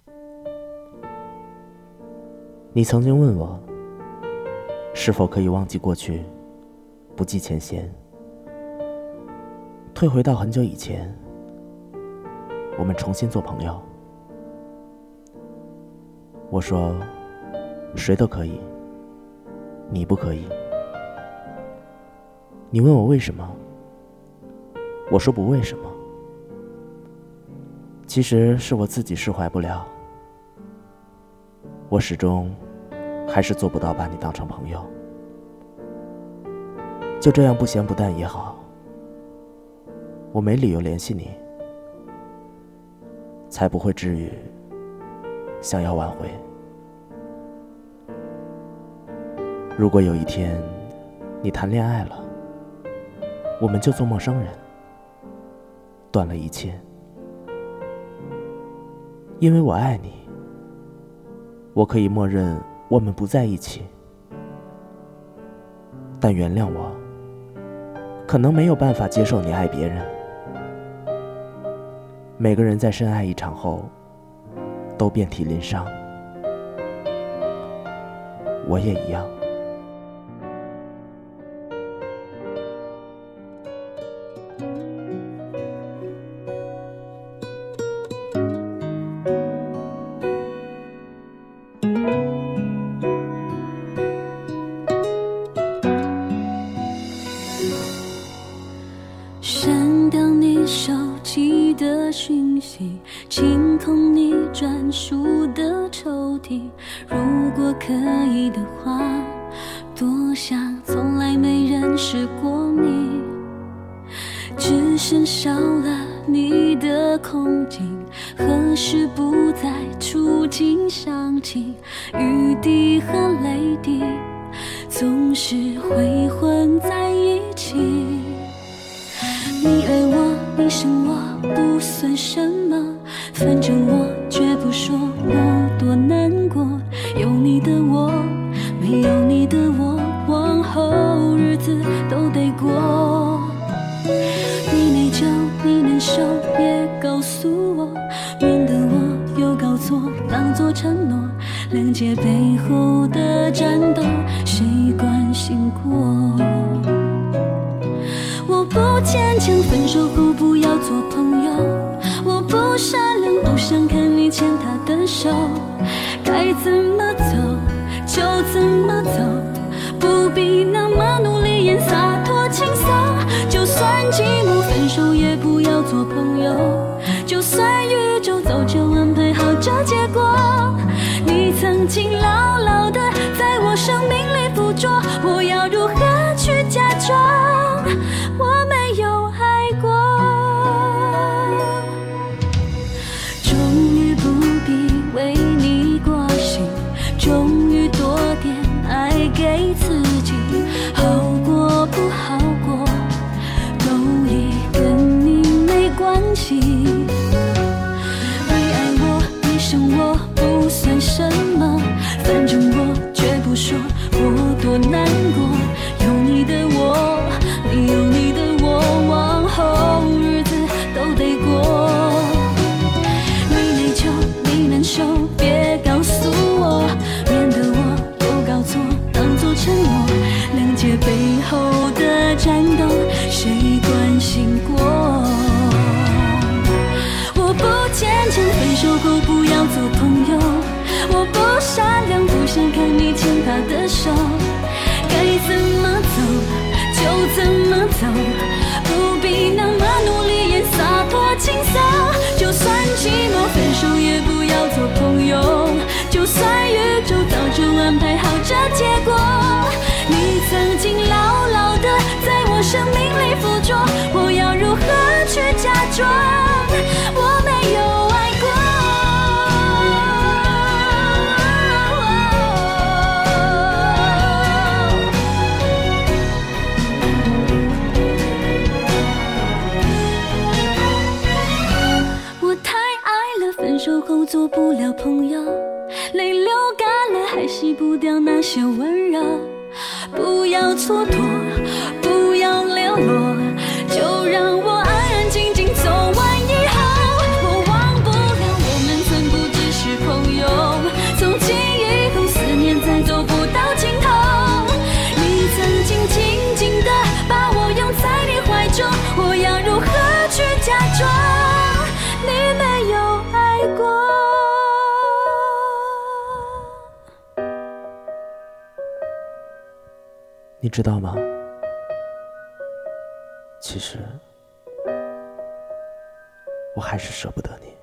你曾经问我，是否可以忘记过去，不计前嫌，退回到很久以前，我们重新做朋友。我说，谁都可以，你不可以。你问我为什么，我说不为什么。其实是我自己释怀不了，我始终还是做不到把你当成朋友。就这样不咸不淡也好，我没理由联系你，才不会至于想要挽回。如果有一天你谈恋爱了，我们就做陌生人，断了一切。因为我爱你，我可以默认我们不在一起，但原谅我，可能没有办法接受你爱别人。每个人在深爱一场后都遍体鳞伤，我也一样。 删掉你手机的讯息，清空你专属的抽屉。如果可以的话，多想从来没认识过你，只剩少了你的空景，何时不再触景伤情，雨滴和泪滴总是会混在一起。你爱我，你生我，不算什么，反正我绝不说我多难过。有你的我，没有你的我，往后日子都得过。你内疚，你难受，别告诉我，免得我又搞错，当作承诺。谅解背后的战斗，谁关心过？我不坚强，分手后不要做朋友。我不善良，不想看你牵他的手。该怎么走就怎么走，不必那么努力演洒脱轻松。就算寂寞，分手也不要做朋友。就算宇宙早就安排好这结果，你曾经牢牢的在我生命里附着，我要如何去假装我没有爱过？终于不必为你挂心，终于多点爱给自己，好过不好过都已跟你没关系。你爱我，你生我，不算什么，反正我绝不说我多难过。有你的我，你有你的我，往后日子都得过。你内疚，你难受，别告诉我，免得我又搞错，当作承诺。谅解背后的战斗，谁关心过？我不坚强，分手后不要做朋友。我不善良，不想看你牵他的手。该怎么走就怎么走，不必那么努力演洒脱轻松。就算寂寞，分手也不要做朋友。就算宇宙早就安排好这结果，你曾经牢牢的在我生命里附着，我要如何去假装我没有爱过？我太爱了，分手后做不了朋友，泪流干了还洗不掉那些温柔。不要蹉跎，不要流落，就让我安安静静走完以后。我忘不了我们曾不只是假装你没有爱过。 你知道吗？其实我还是舍不得你。